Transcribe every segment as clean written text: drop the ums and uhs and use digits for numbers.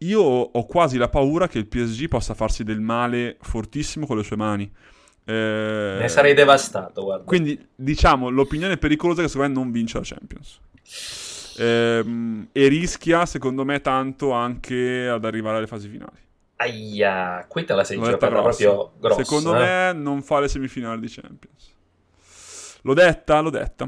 io ho quasi la paura che il PSG possa farsi del male fortissimo con le sue mani. Ne sarei devastato, guarda. Quindi, diciamo, l'opinione pericolosa è che secondo me non vince la Champions. E rischia, secondo me, tanto anche ad arrivare alle fasi finali. Aia, qui te la sei L'ho detta giocata grossa. proprio grossa. Secondo me non fa le semifinali di Champions. L'ho detta.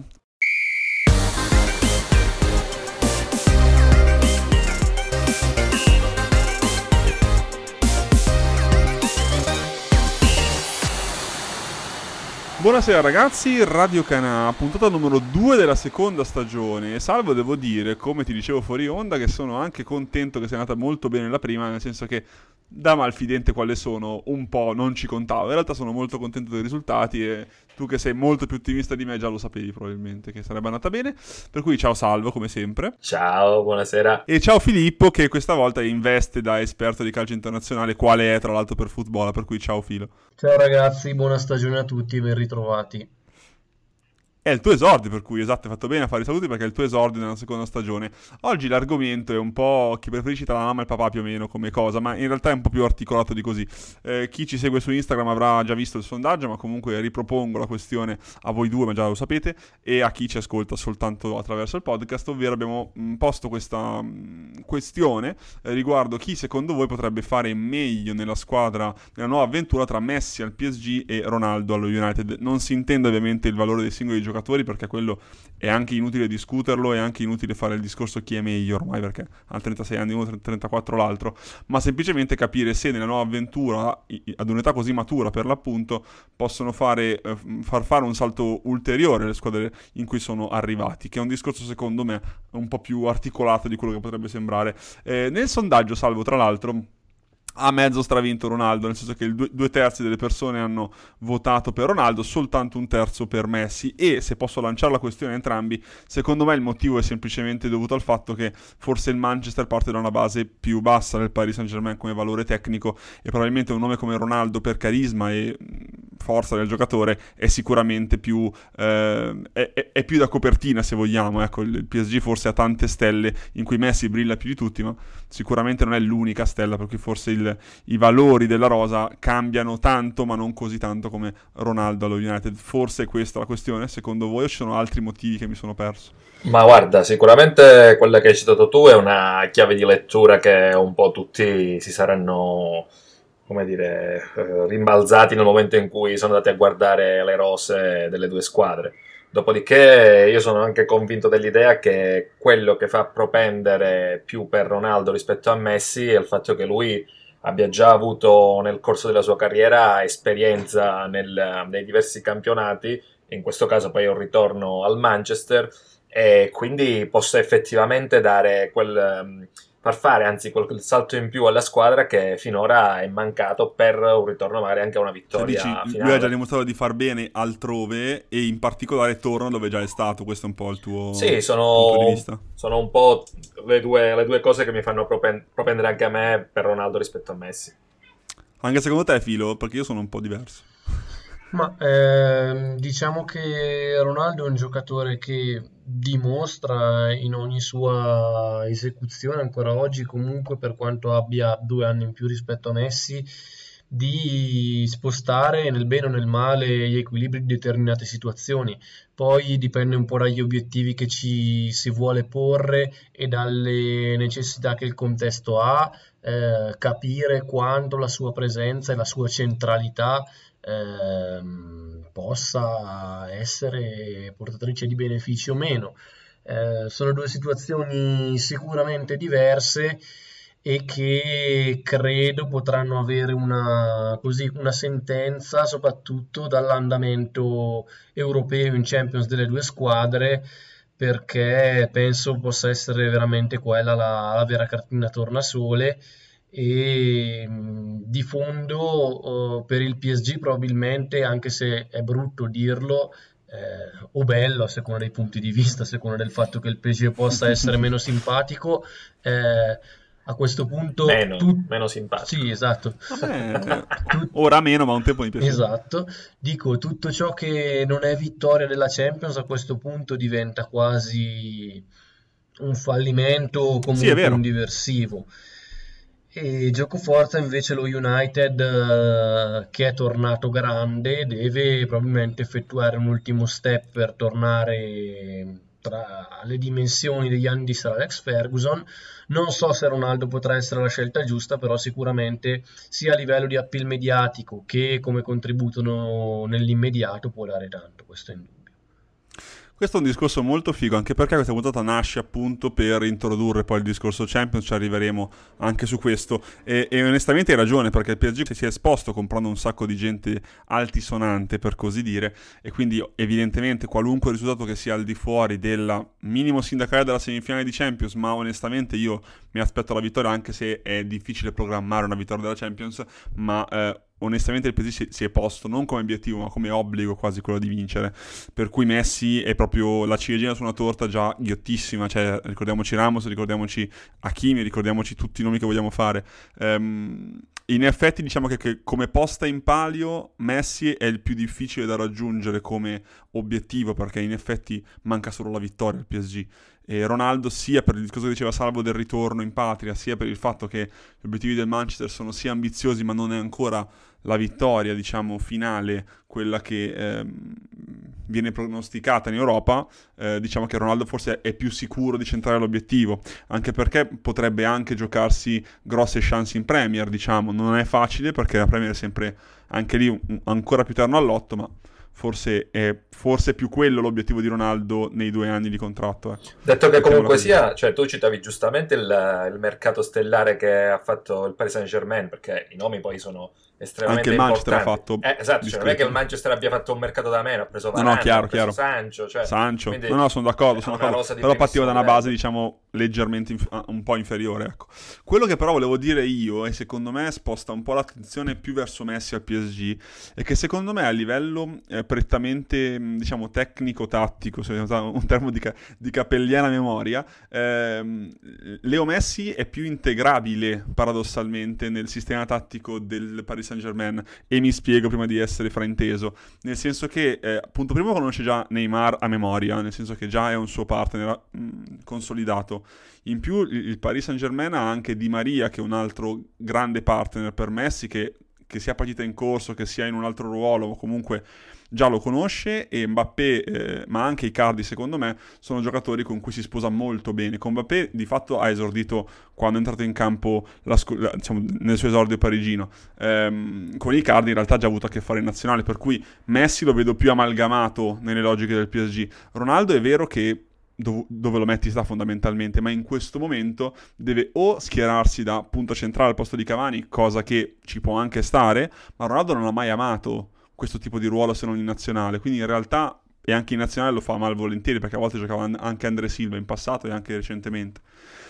Buonasera ragazzi, Radio Canà, puntata numero 2 della seconda stagione. Salvo, devo dire, come ti dicevo fuori onda, che sono anche contento che sia andata molto bene la prima, nel senso che da malfidente quale sono, un po' non ci contavo. In realtà sono molto contento dei risultati e tu che sei molto più ottimista di me già lo sapevi probabilmente che sarebbe andata bene. Per cui ciao Salvo, come sempre. Ciao, buonasera. E ciao Filippo, che questa volta è in veste da esperto di calcio internazionale, quale è tra l'altro per football, per cui ciao Filo. Ciao ragazzi, buona stagione a tutti, ben ritrovati. È il tuo esordio, per cui esatto, hai fatto bene a fare i saluti perché è il tuo esordio nella seconda stagione. Oggi l'argomento è un po' chi preferisci tra la mamma e il papà più o meno come cosa, ma in realtà è un po' più articolato di così. Chi ci segue su Instagram avrà già visto il sondaggio, ma comunque ripropongo la questione a voi due, ma già lo sapete, e a chi ci ascolta soltanto attraverso il podcast, ovvero abbiamo posto questa questione riguardo chi secondo voi potrebbe fare meglio nella squadra, nella nuova avventura tra Messi al PSG e Ronaldo allo United. Non si intende ovviamente il valore dei singoli giocatori, perché quello è anche inutile discuterlo, è anche inutile fare il discorso chi è meglio ormai, perché ha 36 anni uno, 34 l'altro, ma semplicemente capire se nella nuova avventura, ad un'età così matura per l'appunto, possono far fare un salto ulteriore alle squadre in cui sono arrivati, che è un discorso secondo me un po' più articolato di quello che potrebbe sembrare. Nel sondaggio, Salvo, tra l'altro, ha mezzo stravinto Ronaldo, nel senso che due terzi delle persone hanno votato per Ronaldo, soltanto un terzo per Messi. E se posso lanciare la questione a entrambi, secondo me il motivo è semplicemente dovuto al fatto che forse il Manchester parte da una base più bassa del Paris Saint-Germain come valore tecnico, e probabilmente un nome come Ronaldo per carisma e forza del giocatore è sicuramente più è più da copertina, se vogliamo. Ecco, il PSG forse ha tante stelle in cui Messi brilla più di tutti, ma sicuramente non è l'unica stella, per cui forse i valori della rosa cambiano tanto, ma non così tanto come Ronaldo allo United. Forse è questa la questione, secondo voi, o ci sono altri motivi che mi sono perso? Ma guarda, sicuramente quella che hai citato tu è una chiave di lettura che un po' tutti si saranno, come dire, rimbalzati nel momento in cui sono andati a guardare le rose delle due squadre. Dopodiché io sono anche convinto dell'idea che quello che fa propendere più per Ronaldo rispetto a Messi è il fatto che lui abbia già avuto nel corso della sua carriera esperienza nei diversi campionati, in questo caso poi un ritorno al Manchester, e quindi possa effettivamente dare far fare anzi quel salto in più alla squadra che finora è mancato per un ritorno magari anche a una vittoria finale. Lui ha già dimostrato di far bene altrove e in particolare torna dove già è stato. Questo è un po' il tuo punto di vista? Sono un po' le due cose che mi fanno propendere anche a me per Ronaldo rispetto a Messi. Anche secondo te, Filo? Perché io sono un po' diverso. Ma diciamo che Ronaldo è un giocatore che dimostra in ogni sua esecuzione ancora oggi, comunque per quanto abbia 2 anni in più rispetto a Messi, di spostare nel bene o nel male gli equilibri di determinate situazioni. Poi dipende un po' dagli obiettivi che ci si vuole porre e dalle necessità che il contesto ha, capire quanto la sua presenza e la sua centralità possa essere portatrice di benefici o meno. Sono due situazioni sicuramente diverse e che credo potranno avere una sentenza soprattutto dall'andamento europeo in Champions delle due squadre, perché penso possa essere veramente quella la vera cartina tornasole. E di fondo per il PSG probabilmente, anche se è brutto dirlo, o bello a seconda dei punti di vista, a seconda del fatto che il PSG possa essere meno simpatico, a questo punto meno simpatico. Sì, esatto. Ora meno, ma un tempo mi piace. Esatto. Dico, tutto ciò che non è vittoria della Champions a questo punto diventa quasi un fallimento o comunque un diversivo. E giocoforza invece lo United, che è tornato grande, deve probabilmente effettuare un ultimo step per tornare tra le dimensioni degli anni di Sir Alex Ferguson. Non so se Ronaldo potrà essere la scelta giusta, però sicuramente sia a livello di appeal mediatico che come contributo nell'immediato può dare tanto, questo è indubbio. Questo è un discorso molto figo, anche perché questa puntata nasce appunto per introdurre poi il discorso Champions, ci arriveremo anche su questo, e onestamente hai ragione, perché il PSG si è esposto comprando un sacco di gente altisonante, per così dire, e quindi evidentemente qualunque risultato che sia al di fuori del minimo sindacale della semifinale di Champions, ma onestamente io mi aspetto la vittoria, anche se è difficile programmare una vittoria della Champions, ma onestamente il PSG si è posto non come obiettivo ma come obbligo quasi quello di vincere, per cui Messi è proprio la ciliegina su una torta già ghiottissima, cioè ricordiamoci Ramos, ricordiamoci Hakimi, ricordiamoci tutti i nomi che vogliamo fare. In effetti diciamo che come posta in palio Messi è il più difficile da raggiungere come obiettivo, perché in effetti manca solo la vittoria al PSG. E Ronaldo, sia per il discorso che diceva Salvo del ritorno in patria, sia per il fatto che gli obiettivi del Manchester sono sì ambiziosi, ma non è ancora la vittoria, diciamo, finale, quella che viene pronosticata in Europa, diciamo che Ronaldo forse è più sicuro di centrare l'obiettivo, anche perché potrebbe anche giocarsi grosse chance in Premier, diciamo. Non è facile, perché la Premier è sempre anche lì ancora più terno all'otto, ma forse è più quello l'obiettivo di Ronaldo nei 2 anni di contratto. Detto che comunque sia, cioè tu citavi giustamente il mercato stellare che ha fatto il Paris Saint-Germain, perché i nomi poi sono estremamente anche il Manchester importanti. ha fatto Esatto, cioè non è che il Manchester abbia fatto un mercato da meno, ha preso Varane, chiaro, ha preso chiaro. Sancho, No, sono d'accordo, però partivo da una base, diciamo, leggermente un po' inferiore, ecco. Quello che però volevo dire io, e secondo me sposta un po' l'attenzione più verso Messi al PSG, è che secondo me a livello prettamente, diciamo, tecnico-tattico, se vogliamo usare un termine di capelliana memoria, Leo Messi è più integrabile paradossalmente nel sistema tattico del Paris Saint-Germain, e mi spiego prima di essere frainteso, nel senso che appunto prima conosce già Neymar a memoria, nel senso che già è un suo partner consolidato. In più il Paris Saint-Germain ha anche Di Maria, che è un altro grande partner per Messi, che sia partita in corso, che sia in un altro ruolo, comunque già lo conosce, e Mbappé, ma anche Icardi secondo me, sono giocatori con cui si sposa molto bene. Con Mbappé di fatto ha esordito quando è entrato in campo diciamo, nel suo esordio parigino. Con Icardi in realtà ha già avuto a che fare in nazionale, per cui Messi lo vedo più amalgamato nelle logiche del PSG. Ronaldo è vero che dove lo metti sta fondamentalmente, ma in questo momento deve o schierarsi da punta centrale al posto di Cavani, cosa che ci può anche stare, ma Ronaldo non ha mai amato questo tipo di ruolo se non in nazionale, quindi in realtà, e anche in nazionale lo fa malvolentieri, perché a volte giocava anche André Silva in passato e anche recentemente.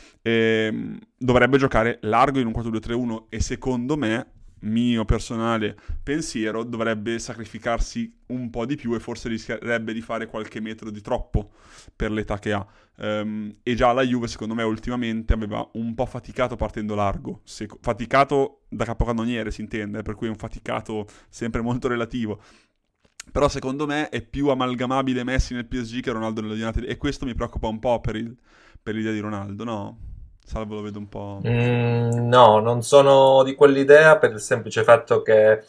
Dovrebbe giocare largo in un 4-2-3-1, e secondo me, mio personale pensiero, dovrebbe sacrificarsi un po' di più, e forse rischierebbe di fare qualche metro di troppo per l'età che ha. E già la Juve secondo me ultimamente aveva un po' faticato partendo largo, faticato da capocannoniere si intende, per cui è un faticato sempre molto relativo, però secondo me è più amalgamabile Messi nel PSG che Ronaldo nello United, e questo mi preoccupa un po' per l'idea di Ronaldo, no? Salvo lo vedo un po'... No, non sono di quell'idea, per il semplice fatto che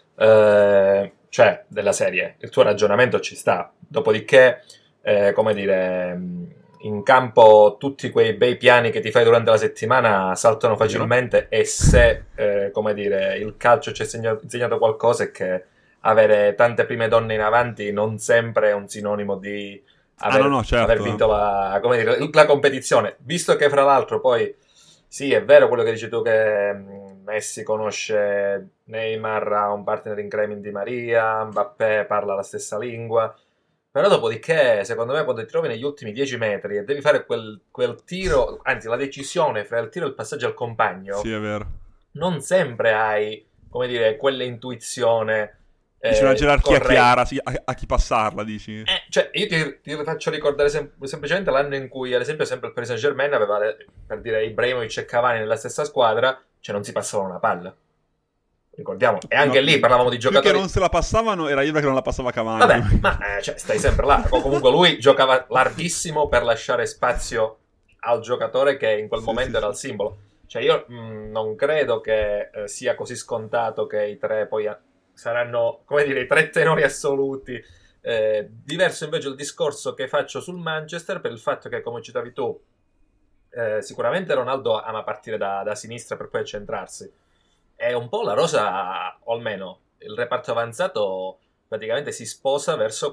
cioè della serie il tuo ragionamento ci sta, dopodiché come dire, in campo tutti quei bei piani che ti fai durante la settimana saltano facilmente, e se come dire il calcio ci ha insegnato qualcosa, è che avere tante prime donne in avanti non sempre è un sinonimo di certo, aver vinto come dire, la competizione, visto che fra l'altro poi sì, è vero quello che dici tu, che Messi conosce Neymar, ha un partner in crime in Di Maria, Mbappé parla la stessa lingua, però dopodiché secondo me quando ti trovi negli ultimi 10 metri e devi fare quel tiro, anzi la decisione fra il tiro e il passaggio al compagno, sì, è vero, non sempre hai, come dire, quell'intuizione. Dici una gerarchia chiara, sì, a chi passarla, dici? Cioè, io ti faccio ricordare semplicemente l'anno in cui, ad esempio, sempre il Paris Saint-Germain aveva, per dire, Ibrahimovic e Cavani nella stessa squadra, cioè non si passavano una palla. Ricordiamo. E anche lì parlavamo di giocatori... Più che non se la passavano, era Ibra che non la passava Cavani. Vabbè, ma cioè, stai sempre là. Comunque lui giocava larghissimo per lasciare spazio al giocatore che in quel momento era il simbolo. Cioè io non credo che sia così scontato che i tre poi saranno, come dire, i tre tenori assoluti. Diverso invece il discorso che faccio sul Manchester per il fatto che, come citavi tu, sicuramente Ronaldo ama partire da sinistra per poi accentrarsi. E un po' la rosa, o almeno il reparto avanzato, praticamente si sposa verso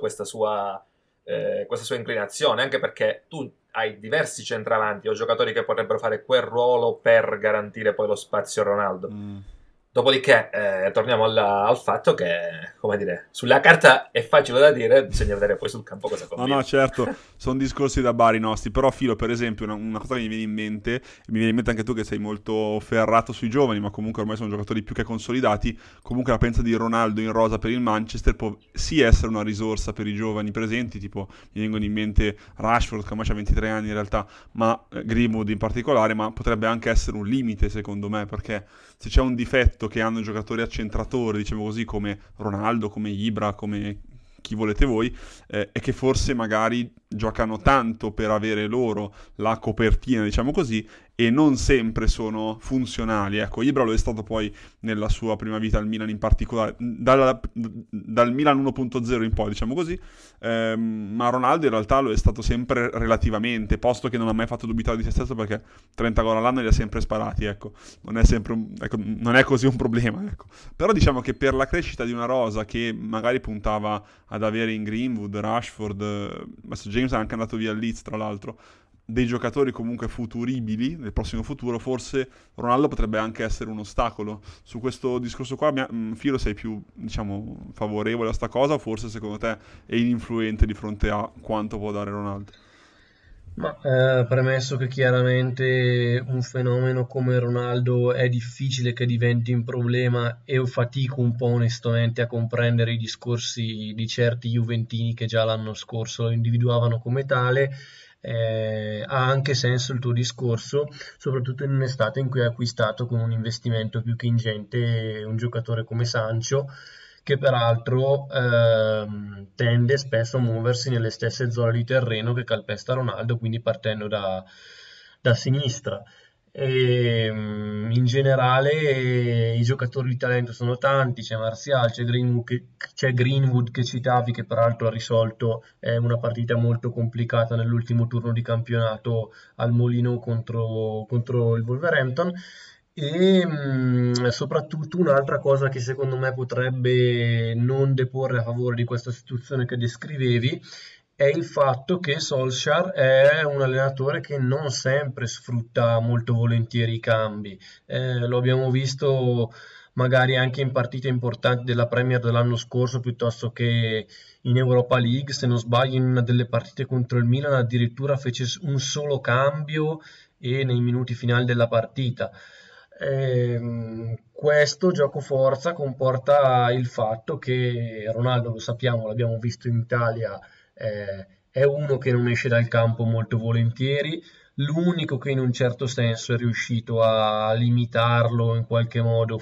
questa sua inclinazione, anche perché tu hai diversi centravanti o giocatori che potrebbero fare quel ruolo per garantire poi lo spazio a Ronaldo. Dopodiché torniamo al fatto che, come dire, sulla carta è facile da dire, bisogna vedere poi sul campo cosa combina. No, certo, sono discorsi da bar i nostri, però Filo, per esempio, una cosa che mi viene in mente, e mi viene in mente anche tu che sei molto ferrato sui giovani, ma comunque ormai sono giocatori più che consolidati, comunque la pensa di Ronaldo in rosa per il Manchester può sì essere una risorsa per i giovani presenti, tipo mi vengono in mente Rashford, che ormai ha 23 anni in realtà, ma Greenwood in particolare, ma potrebbe anche essere un limite secondo me, perché se c'è un difetto che hanno i giocatori accentratori, diciamo così, come Ronaldo, come Ibra, come chi volete voi, è che forse magari giocano tanto per avere loro la copertina, diciamo così, e non sempre sono funzionali. Ecco, Ibra lo è stato poi nella sua prima vita al Milan in particolare, dal Milan 1.0 in poi, diciamo così, ma Ronaldo in realtà lo è stato sempre relativamente, posto che non ha mai fatto dubitare di se stesso perché 30 gol all'anno li ha sempre sparati, ecco, non è sempre non è così un problema, ecco. Però diciamo che per la crescita di una rosa che magari puntava ad avere in Greenwood, Rashford, James è anche andato via al Leeds tra l'altro, dei giocatori comunque futuribili nel prossimo futuro, forse Ronaldo potrebbe anche essere un ostacolo. Su questo discorso qua, Filo, sei più, diciamo, favorevole a sta cosa o forse secondo te è ininfluente di fronte a quanto può dare Ronaldo? Ma premesso che chiaramente un fenomeno come Ronaldo è difficile che diventi un problema e io fatico un po' onestamente a comprendere i discorsi di certi juventini che già l'anno scorso lo individuavano come tale, ha anche senso il tuo discorso, soprattutto in un'estate in cui hai acquistato con un investimento più che ingente un giocatore come Sancho, che peraltro tende spesso a muoversi nelle stesse zone di terreno che calpesta Ronaldo, quindi partendo da sinistra. In generale i giocatori di talento sono tanti, c'è Martial, c'è Greenwood che citavi, che peraltro ha risolto una partita molto complicata nell'ultimo turno di campionato al Molino contro il Wolverhampton. Soprattutto un'altra cosa che secondo me potrebbe non deporre a favore di questa situazione che descrivevi è il fatto che Solskjaer è un allenatore che non sempre sfrutta molto volentieri i cambi. Lo abbiamo visto magari anche in partite importanti della Premier dell'anno scorso, piuttosto che in Europa League. Se non sbaglio, in una delle partite contro il Milan addirittura fece un solo cambio e nei minuti finali della partita. Questo gioco forza comporta il fatto che Ronaldo, lo sappiamo, l'abbiamo visto in Italia, è uno che non esce dal campo molto volentieri. L'unico che in un certo senso è riuscito a limitarlo in qualche modo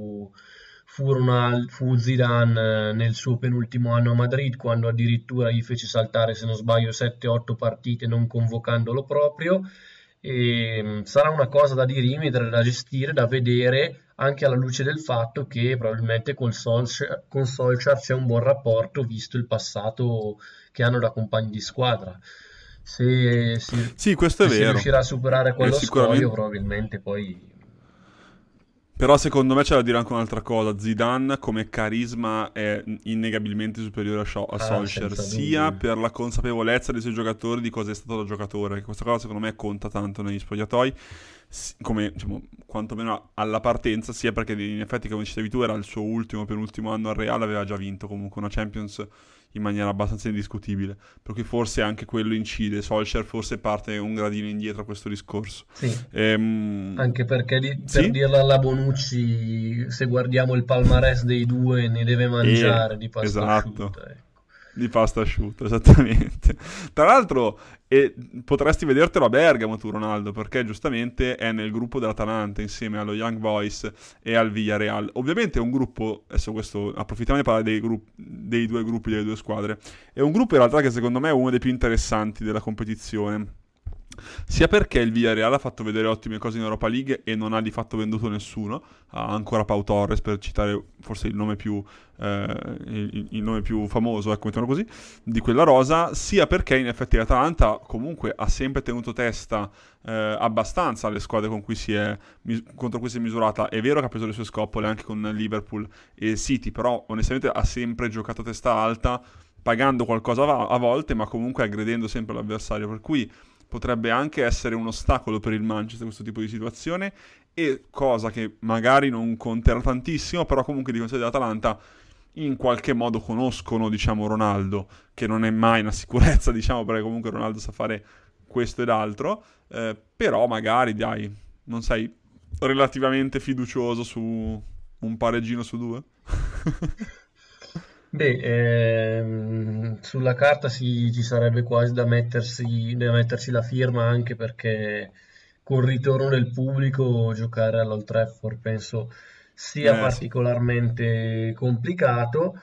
fu Zidane nel suo penultimo anno a Madrid, quando addirittura gli fece saltare, se non sbaglio, 7-8 partite non convocandolo proprio. Sarà una cosa da dirimere, da gestire, da vedere anche alla luce del fatto che probabilmente con Solskjaer c'è un buon rapporto, visto il passato che hanno da compagni di squadra. Sì, questo è Se si vero. riuscirà a superare quello scoglio, Sicuramente. probabilmente poi... Però secondo me c'è da dire anche un'altra cosa. Zidane come carisma è innegabilmente superiore a Solskjaer, senza sia dubbio. per la consapevolezza dei suoi giocatori di cosa è stato da giocatore, che questa cosa secondo me conta tanto negli spogliatoi, come diciamo, quantomeno alla partenza, sia perché in effetti, come dicevi tu, era il suo penultimo anno al Real, aveva già vinto comunque una Champions in maniera abbastanza indiscutibile, per cui forse anche quello incide. Solskjaer forse parte un gradino indietro a questo discorso. Sì, anche perché per Sì? dirla alla Bonucci, se guardiamo il palmarès dei due, ne deve mangiare di pasta Esatto, asciutta, ecco. di pasta asciutta, esattamente. Tra l'altro, potresti vedertelo a Bergamo tu, Ronaldo, perché giustamente è nel gruppo dell'Atalanta insieme allo Young Boys e al Villarreal. Ovviamente è un gruppo, adesso questo approfittiamo di parlare dei due gruppi, delle due squadre, è un gruppo in realtà che secondo me è uno dei più interessanti della competizione. sia perché il Villarreal ha fatto vedere ottime cose in Europa League e non ha di fatto venduto nessuno, ha ancora Pau Torres per citare forse il nome più famoso, ecco, mettiamolo così, di quella rosa, sia perché in effetti l'Atalanta comunque ha sempre tenuto testa abbastanza alle squadre con cui contro cui si è misurata. È vero che ha preso le sue scoppole anche con Liverpool e City, però onestamente ha sempre giocato a testa alta, pagando qualcosa a volte, ma comunque aggredendo sempre l'avversario, per cui potrebbe anche essere un ostacolo per il Manchester questo tipo di situazione, e cosa che magari non conterà tantissimo, però comunque i difensori dell'Atalanta in qualche modo conoscono, diciamo, Ronaldo, che non è mai una sicurezza, diciamo, perché comunque Ronaldo sa fare questo ed altro, però magari, dai, non sei relativamente fiducioso su un pareggino su due? Beh, sulla carta ci sarebbe quasi da mettersi la firma, anche perché col ritorno del pubblico giocare all'Old Trafford penso sia Sì. particolarmente complicato,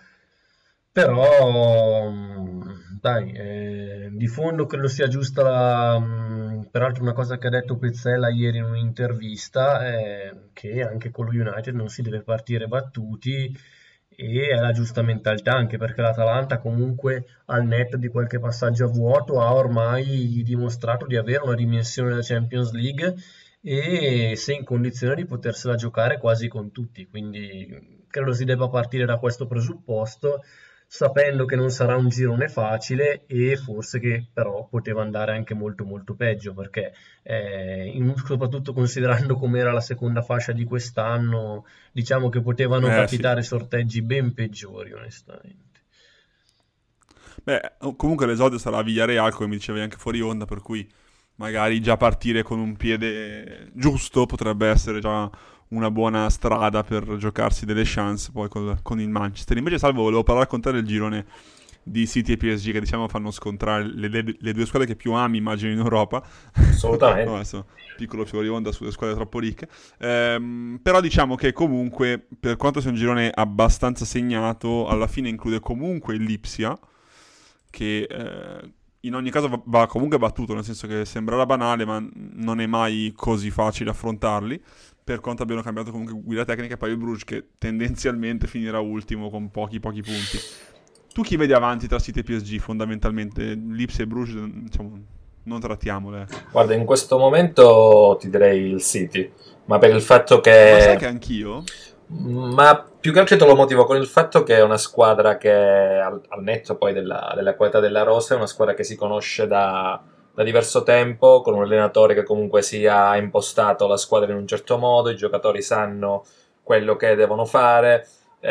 però dai, di fondo credo sia giusta peraltro una cosa che ha detto Pezzella ieri in un'intervista, che anche con lo United non si deve partire battuti, e è la giusta mentalità, anche perché l'Atalanta comunque, al netto di qualche passaggio a vuoto, ha ormai dimostrato di avere una dimensione della Champions League e sei in condizione di potersela giocare quasi con tutti, quindi credo si debba partire da questo presupposto, sapendo che non sarà un girone facile e forse che però poteva andare anche molto molto peggio, perché soprattutto considerando com'era la seconda fascia di quest'anno, diciamo che potevano Sì. capitare sorteggi ben peggiori, onestamente. Beh, comunque l'esordio sarà a Villarreal, come mi dicevi anche fuori onda, per cui magari già partire con un piede giusto potrebbe essere già una buona strada per giocarsi delle chance poi con il Manchester. Invece, Salvo, volevo parlare con te del girone di City e PSG, che diciamo fanno scontrare le due squadre che più ami, immagino, in Europa. No, Assolutamente. adesso piccolo fuori onda sulle squadre troppo ricche. Però diciamo che comunque, per quanto sia un girone abbastanza segnato, alla fine include comunque il Lipsia, che in ogni caso va comunque battuto, nel senso che sembrerà banale, ma non è mai così facile affrontarli, per quanto abbiano cambiato comunque guida tecnica, e poi il Bruges che tendenzialmente finirà ultimo con pochi punti. Tu chi vedi avanti tra City e PSG fondamentalmente? Lips e Bruges, diciamo, non trattiamole, ecco. Guarda, in questo momento ti direi il City, ma per il fatto Ma sai che che... anch'io? Ma più che altro te lo motivo con il fatto che è una squadra che, al netto poi della qualità della rosa, è una squadra che si conosce da diverso tempo, con un allenatore che comunque sia impostato la squadra in un certo modo, i giocatori sanno quello che devono fare.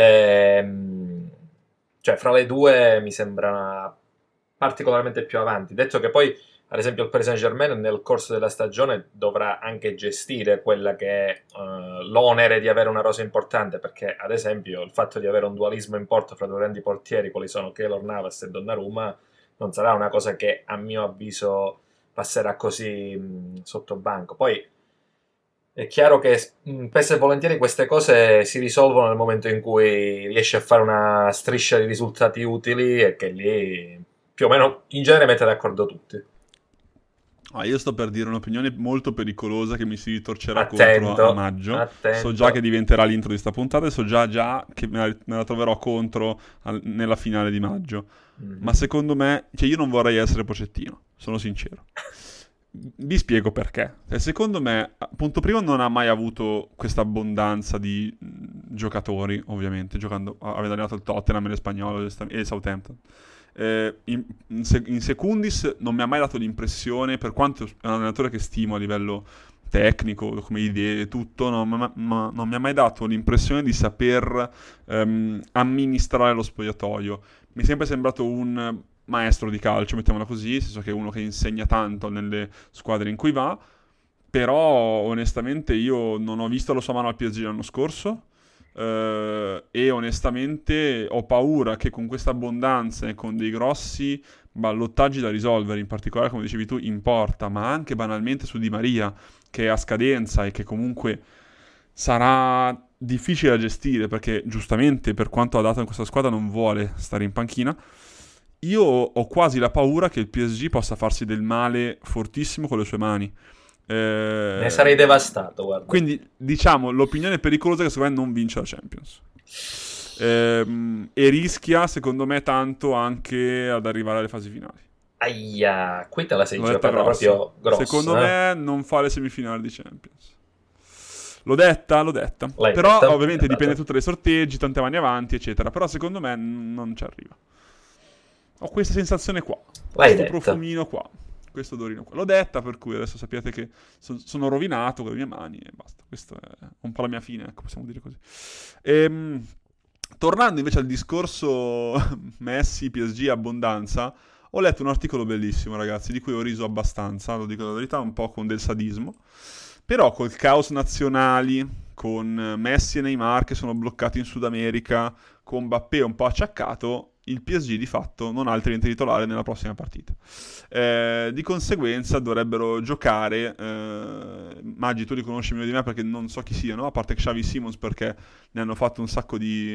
Cioè, fra le due mi sembra particolarmente più avanti. Detto che poi, ad esempio, il Paris Saint-Germain nel corso della stagione dovrà anche gestire quella che è l'onere di avere una rosa importante, perché, ad esempio, il fatto di avere un dualismo in porta fra due grandi portieri, quali sono Keylor Navas e Donnarumma, non sarà una cosa che, a mio avviso, passerà così sotto banco. Poi è chiaro che spesso e volentieri queste cose si risolvono nel momento in cui riesci a fare una striscia di risultati utili, e che lì più o meno in genere mette d'accordo tutti. Io sto per dire un'opinione molto pericolosa che mi si ritorcerà contro Attento, a maggio. So già attento. che diventerà l'intro di sta puntata e so già che me la troverò contro nella finale di maggio. Ma Mhm. secondo me, cioè io non vorrei essere Pocettino, sono sincero. Vi spiego perché. Secondo me, punto primo, non ha mai avuto questa abbondanza di giocatori, ovviamente, avendo allenato il Tottenham, e Spagnolo e il Southampton. In secundis non mi ha mai dato l'impressione, per quanto è un allenatore che stimo a livello tecnico, come idee e tutto, non mi ha mai dato l'impressione di saper amministrare lo spogliatoio. Mi è sempre sembrato un maestro di calcio, mettiamola così, nel senso che è uno che insegna tanto nelle squadre in cui va, però onestamente io non ho visto la sua mano al PSG l'anno scorso, e onestamente ho paura che con questa abbondanza e con dei grossi ballottaggi da risolvere, in particolare come dicevi tu in porta, ma anche banalmente su Di Maria, che è a scadenza e che comunque sarà difficile da gestire, perché giustamente per quanto ha dato in questa squadra non vuole stare in panchina. io ho quasi la paura che il PSG possa farsi del male fortissimo con le sue mani. Ne sarei devastato, guarda. Quindi, diciamo, l'opinione pericolosa è che secondo me non vince la Champions. E rischia, secondo me, tanto anche ad arrivare alle fasi finali. Aia, qui te la sei L'ho detta giocata proprio grossa. Secondo me non fa le semifinali di Champions. L'ho detta. L'hai Però detta? ovviamente dipende tutto dai sorteggi, tante mani avanti, eccetera. Però secondo me non ci arriva. Ho questa sensazione qua. L'hai Questo detta. profumino qua. Questo odorino qua. L'ho detta, per cui adesso sappiate che sono rovinato con le mie mani e basta. Questa è un po' la mia fine, ecco, possiamo dire così. Tornando invece al discorso Messi, PSG, abbondanza, ho letto un articolo bellissimo, ragazzi, di cui ho riso abbastanza, lo dico la verità, un po' con del sadismo. Però col caos nazionali, con Messi e Neymar che sono bloccati in Sud America, con Mbappé un po' acciaccato, il PSG di fatto non ha il tridente titolare nella prossima partita. Di conseguenza dovrebbero giocare, Maggi tu li conosci meglio di me perché non so chi siano, a parte Xavi Simons perché ne hanno fatto un sacco di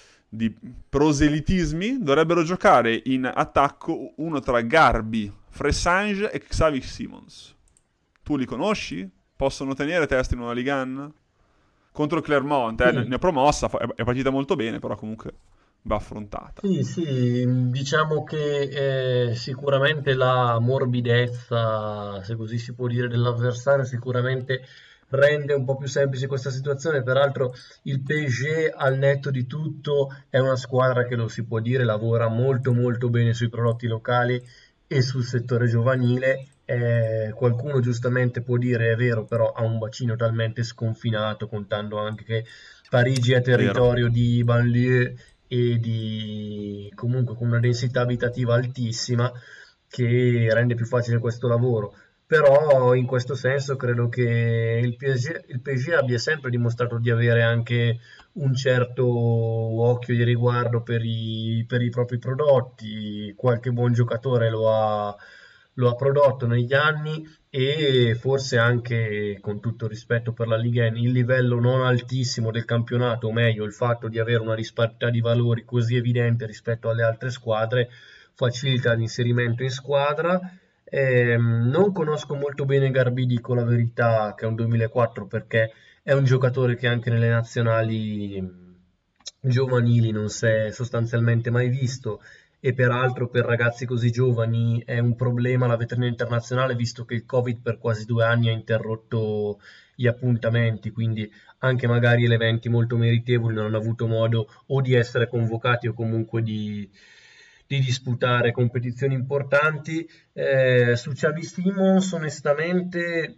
proselitismi, dovrebbero giocare in attacco uno tra Garbi, Fressange e Xavi Simons. Tu li conosci? Possono tenere testa in una Ligue 1? Contro il Clermont, ne è promossa, è partita molto bene, però comunque va affrontata. Sì, diciamo che sicuramente la morbidezza, se così si può dire, dell'avversario sicuramente rende un po' più semplice questa situazione. Peraltro il PSG, al netto di tutto, è una squadra che, lo si può dire, lavora molto molto bene sui prodotti locali e sul settore giovanile. Qualcuno giustamente può dire è vero, però ha un bacino talmente sconfinato, contando anche che Parigi è territorio di banlieue e di comunque con una densità abitativa altissima, che rende più facile questo lavoro. Però in questo senso credo che il PSG abbia sempre dimostrato di avere anche un certo occhio di riguardo per i propri prodotti. Qualche buon giocatore lo ha prodotto negli anni, e forse anche, con tutto il rispetto per la Liga 1, il livello non altissimo del campionato, o meglio il fatto di avere una disparità di valori così evidente rispetto alle altre squadre, facilita l'inserimento in squadra. Non conosco molto bene Garbi, dico la verità, che è un 2004, perché è un giocatore che anche nelle nazionali giovanili non si è sostanzialmente mai visto, e peraltro per ragazzi così giovani è un problema la vetrina internazionale, visto che il Covid per quasi 2 anni ha interrotto gli appuntamenti, quindi anche magari le eventi molto meritevoli non hanno avuto modo o di essere convocati o comunque di disputare competizioni importanti. Su Xavi Simons, onestamente,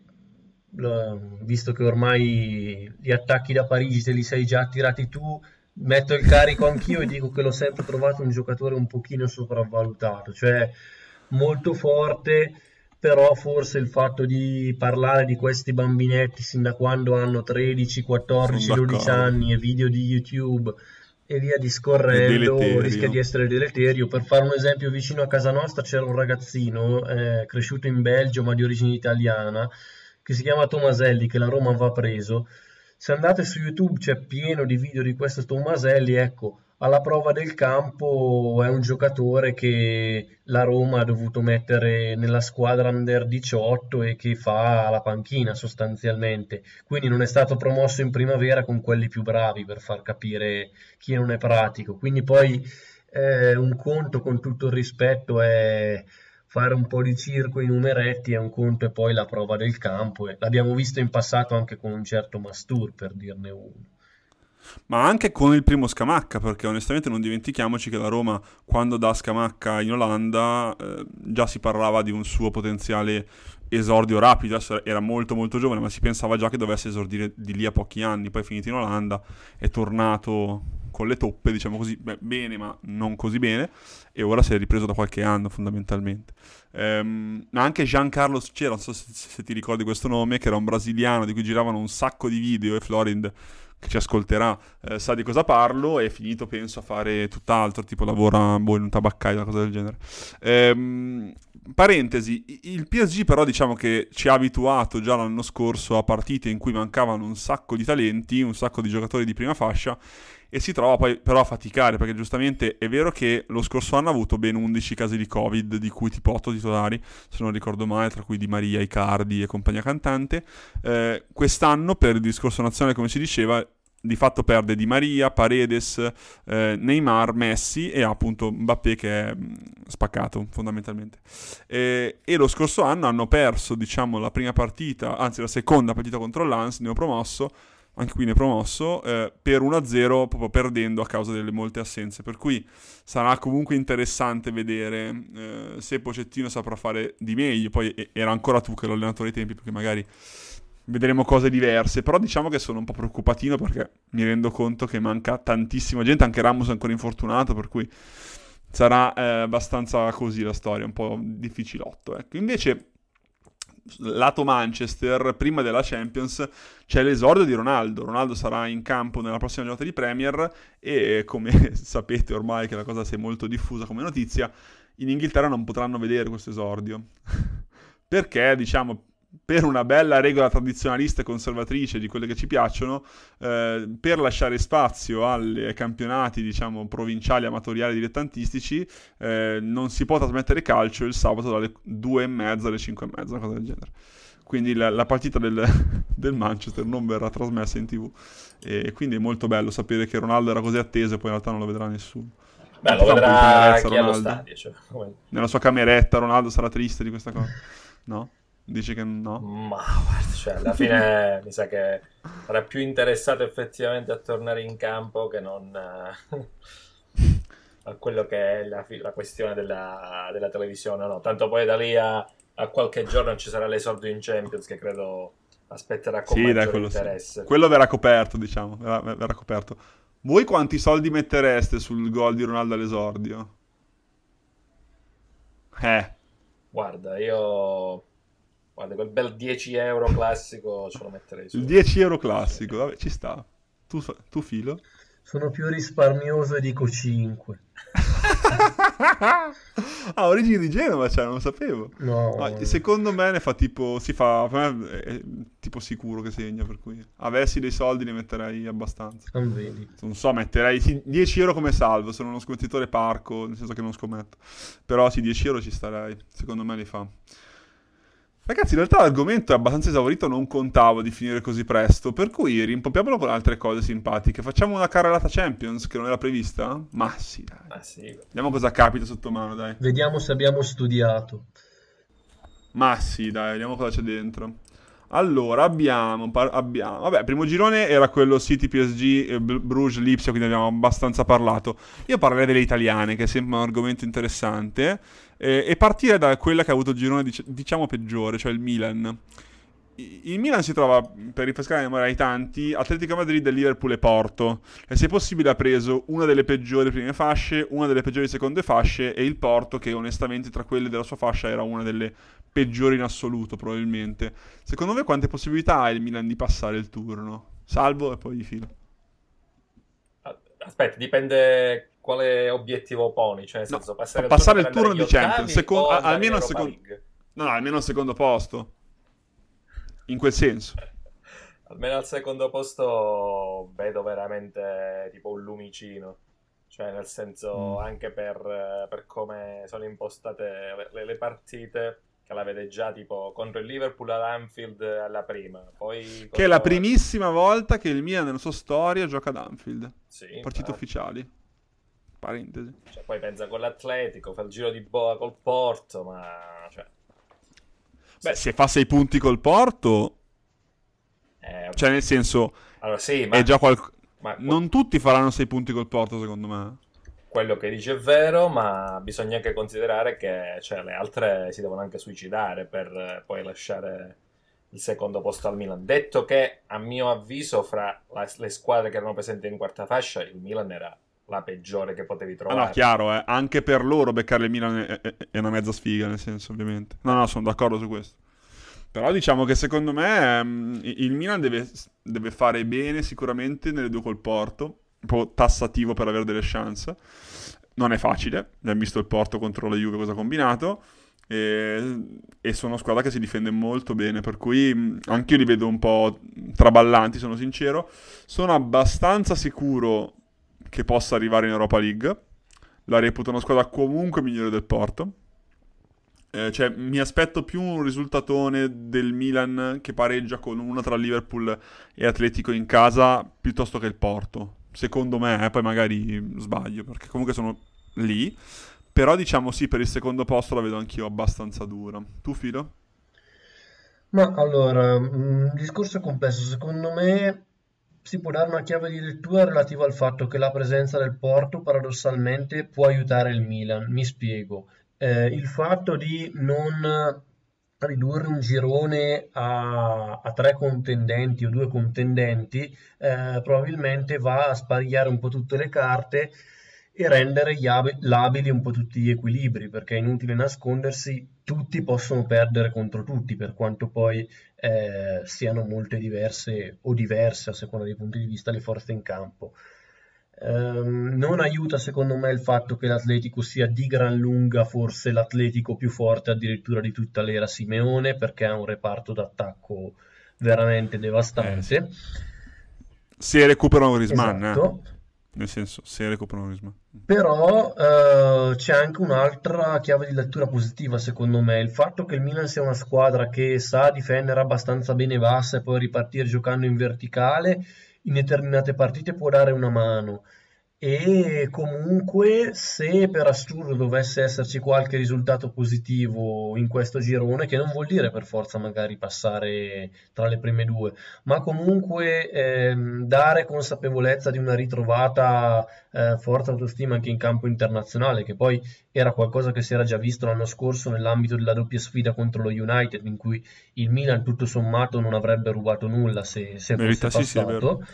visto che ormai gli attacchi da Parigi te li sei già tirati tu, metto il carico anch'io e dico che l'ho sempre trovato un giocatore un pochino sopravvalutato, cioè molto forte, però forse il fatto di parlare di questi bambinetti sin da quando hanno 13, 14, 12 anni e video di YouTube e via discorrendo rischia di essere deleterio. Per fare un esempio, vicino a casa nostra c'era un ragazzino cresciuto in Belgio ma di origine italiana, che si chiama Tomaselli, che la Roma aveva preso. Se andate su YouTube c'è pieno di video di questo Tomaselli, ecco, alla prova del campo è un giocatore che la Roma ha dovuto mettere nella squadra under 18 e che fa la panchina sostanzialmente, quindi non è stato promosso in primavera con quelli più bravi, per far capire chi non è pratico. Quindi poi un conto, con tutto il rispetto, è fare un po' di circo in numeretti, è un conto, e poi la prova del campo, e l'abbiamo visto in passato anche con un certo Mastur, per dirne uno. Ma anche con il primo Scamacca, perché onestamente non dimentichiamoci che la Roma, quando dà Scamacca in Olanda, già si parlava di un suo potenziale esordio rapido. Adesso era molto molto giovane, ma si pensava già che dovesse esordire di lì a pochi anni. Poi è finito in Olanda, è tornato con le toppe, diciamo così, bene ma non così bene, e ora si è ripreso da qualche anno fondamentalmente. Ma anche Giancarlo C'era, non so se ti ricordi questo nome, che era un brasiliano di cui giravano un sacco di video, e Florind, che ci ascolterà, sa di cosa parlo, è finito penso a fare tutt'altro, tipo lavora in un tabaccaio, una cosa del genere. Parentesi, il PSG però diciamo che ci ha abituato già l'anno scorso a partite in cui mancavano un sacco di talenti, un sacco di giocatori di prima fascia, e si trova poi però a faticare, perché giustamente è vero che lo scorso anno ha avuto ben 11 casi di Covid, di cui tipo 8 titolari, se non ricordo male, tra cui Di Maria, Icardi e compagnia cantante. Quest'anno, per il discorso nazionale, come si diceva, di fatto perde Di Maria, Paredes, Neymar, Messi e appunto Mbappé che è spaccato fondamentalmente. E lo scorso anno hanno perso, diciamo, la prima partita, anzi la seconda partita contro l'Ans, neopromosso, anche qui neopromosso, per 1-0 proprio perdendo a causa delle molte assenze. Per cui sarà comunque interessante vedere se Pochettino saprà fare di meglio. Poi era ancora tu che l'allenatore ai tempi, perché magari vedremo cose diverse, però diciamo che sono un po' preoccupatino perché mi rendo conto che manca tantissima gente, anche Ramos è ancora infortunato, per cui sarà abbastanza così la storia, un po' difficilotto. Ecco. Invece, lato Manchester, prima della Champions, c'è l'esordio di Ronaldo. Ronaldo sarà in campo nella prossima giornata di Premier e, come sapete ormai che la cosa si è molto diffusa come notizia, in Inghilterra non potranno vedere questo esordio. Perché, diciamo, per una bella regola tradizionalista e conservatrice di quelle che ci piacciono, per lasciare spazio ai campionati, diciamo, provinciali, amatoriali, dilettantistici, non si può trasmettere calcio il sabato dalle 2:30 alle 5:30, una cosa del genere. Quindi la partita del Manchester non verrà trasmessa in TV. E quindi è molto bello sapere che Ronaldo era così atteso e poi in realtà non lo vedrà nessuno. Beh, lo vedrà chi allo stadio. Cioè, nella sua cameretta Ronaldo sarà triste di questa cosa? No? Dici che no? Ma guarda, cioè, alla fine mi sa che sarà più interessato effettivamente a tornare in campo che non a quello che è la questione della televisione. No, tanto poi da lì a qualche giorno ci sarà l'esordio in Champions, che credo aspetterà con maggiore interesse. Sì. Quello verrà coperto, diciamo, verrà coperto. Voi quanti soldi mettereste sul gol di Ronaldo all'esordio? Guarda, quel bel 10 euro classico ce lo metterei su. Il 10 euro classico, vabbè, ci sta. Tu Filo? Sono più risparmioso e dico 5. Origini di Genova, cioè, non lo sapevo. No. Secondo me ne fa tipo, per me è tipo sicuro che segna, per cui avessi dei soldi ne metterei abbastanza. Non vedi. Non so, metterei 10 euro come salvo, sono uno scommettitore parco, nel senso che non scommetto. Però sì, 10 euro ci starei, secondo me li fa. Ragazzi, in realtà l'argomento è abbastanza esaurito, non contavo di finire così presto, per cui rimpompiamolo con altre cose simpatiche. Facciamo una carrellata Champions, che non era prevista? Ma sì, dai. Ma sì. Vediamo cosa capita sotto mano, dai. Vediamo se abbiamo studiato. Ma sì, dai, vediamo cosa c'è dentro. Allora, abbiamo vabbè, primo girone era quello City, PSG, Bruges, Lipsia, quindi abbiamo abbastanza parlato. Io parlerei delle italiane, che è sempre un argomento interessante, e partire da quella che ha avuto il girone, diciamo, peggiore, cioè il Milan. Il Milan si trova, per rinfrescare la memoria ai tanti, Atletico Madrid, Liverpool e Porto. E se possibile ha preso una delle peggiori prime fasce, una delle peggiori seconde fasce, e il Porto, che onestamente tra quelle della sua fascia era una delle peggiori in assoluto, probabilmente. Secondo me quante possibilità ha il Milan di passare il turno? Salvo e poi di filo. Aspetta, dipende quale obiettivo poni, cioè nel senso passare il turno di Champions, almeno al secondo. No, almeno al secondo posto. In quel senso. Almeno al secondo posto vedo veramente tipo un lumicino. Cioè, nel senso, anche per come sono impostate le partite, che la vede già tipo contro il Liverpool all'Anfield alla prima. Poi che è la primissima volta che il Milan nella sua storia gioca ad Anfield. Sì, partite ufficiali. Parentesi. Cioè, poi pensa con l'Atletico, fa il giro di boa col Porto, ma... Cioè, beh, se fa 6 punti col Porto... cioè, nel senso... Allora, sì, ma... È già non tutti faranno 6 punti col Porto, secondo me. Quello che dice è vero, ma bisogna anche considerare che cioè, le altre si devono anche suicidare per poi lasciare il secondo posto al Milan. Detto che, a mio avviso, fra le squadre che erano presenti in quarta fascia, il Milan era la peggiore che potevi trovare. No, chiaro, anche per loro beccare il Milan è una mezza sfiga, nel senso, ovviamente. No, sono d'accordo su questo. Però diciamo che secondo me il Milan deve fare bene sicuramente nelle due col Porto, un po' tassativo per avere delle chance. Non è facile, abbiamo visto il Porto contro la Juve cosa ha combinato, e sono squadra che si difende molto bene, per cui anche io li vedo un po' traballanti, sono sincero. Sono abbastanza sicuro che possa arrivare in Europa League. La reputo una squadra comunque migliore del Porto. Cioè, mi aspetto più un risultatone del Milan che pareggia con una tra Liverpool e Atletico in casa piuttosto che il Porto. Secondo me, poi magari sbaglio, perché comunque sono lì. Però diciamo sì, per il secondo posto la vedo anch'io abbastanza dura. Tu, Filo? Ma allora, il discorso è complesso. Secondo me si può dare una chiave di lettura relativa al fatto che la presenza del Porto paradossalmente può aiutare il Milan. Mi spiego. Il fatto di non ridurre un girone a tre contendenti o due contendenti probabilmente va a sparigliare un po' tutte le carte e rendere labili un po' tutti gli equilibri, perché è inutile nascondersi, tutti possono perdere contro tutti, per quanto poi siano molte diverse o diverse a seconda dei punti di vista le forze in campo. Non aiuta secondo me il fatto che l'Atletico sia di gran lunga forse l'Atletico più forte addirittura di tutta l'era Simeone, perché ha un reparto d'attacco veramente Sì. devastante. Se recuperano Griezmann, Esatto. Nel senso, se recuperano Griezmann. Però c'è anche un'altra chiave di lettura positiva, secondo me, il fatto che il Milan sia una squadra che sa difendere abbastanza bene bassa e poi ripartire giocando in verticale, in determinate partite può dare una mano. E comunque, se per assurdo dovesse esserci qualche risultato positivo in questo girone, che non vuol dire per forza magari passare tra le prime due, ma comunque dare consapevolezza di una ritrovata forte autostima anche in campo internazionale, che poi era qualcosa che si era già visto l'anno scorso nell'ambito della doppia sfida contro lo United, in cui il Milan tutto sommato non avrebbe rubato nulla se fosse Merita, sì, sì, è vero. passato.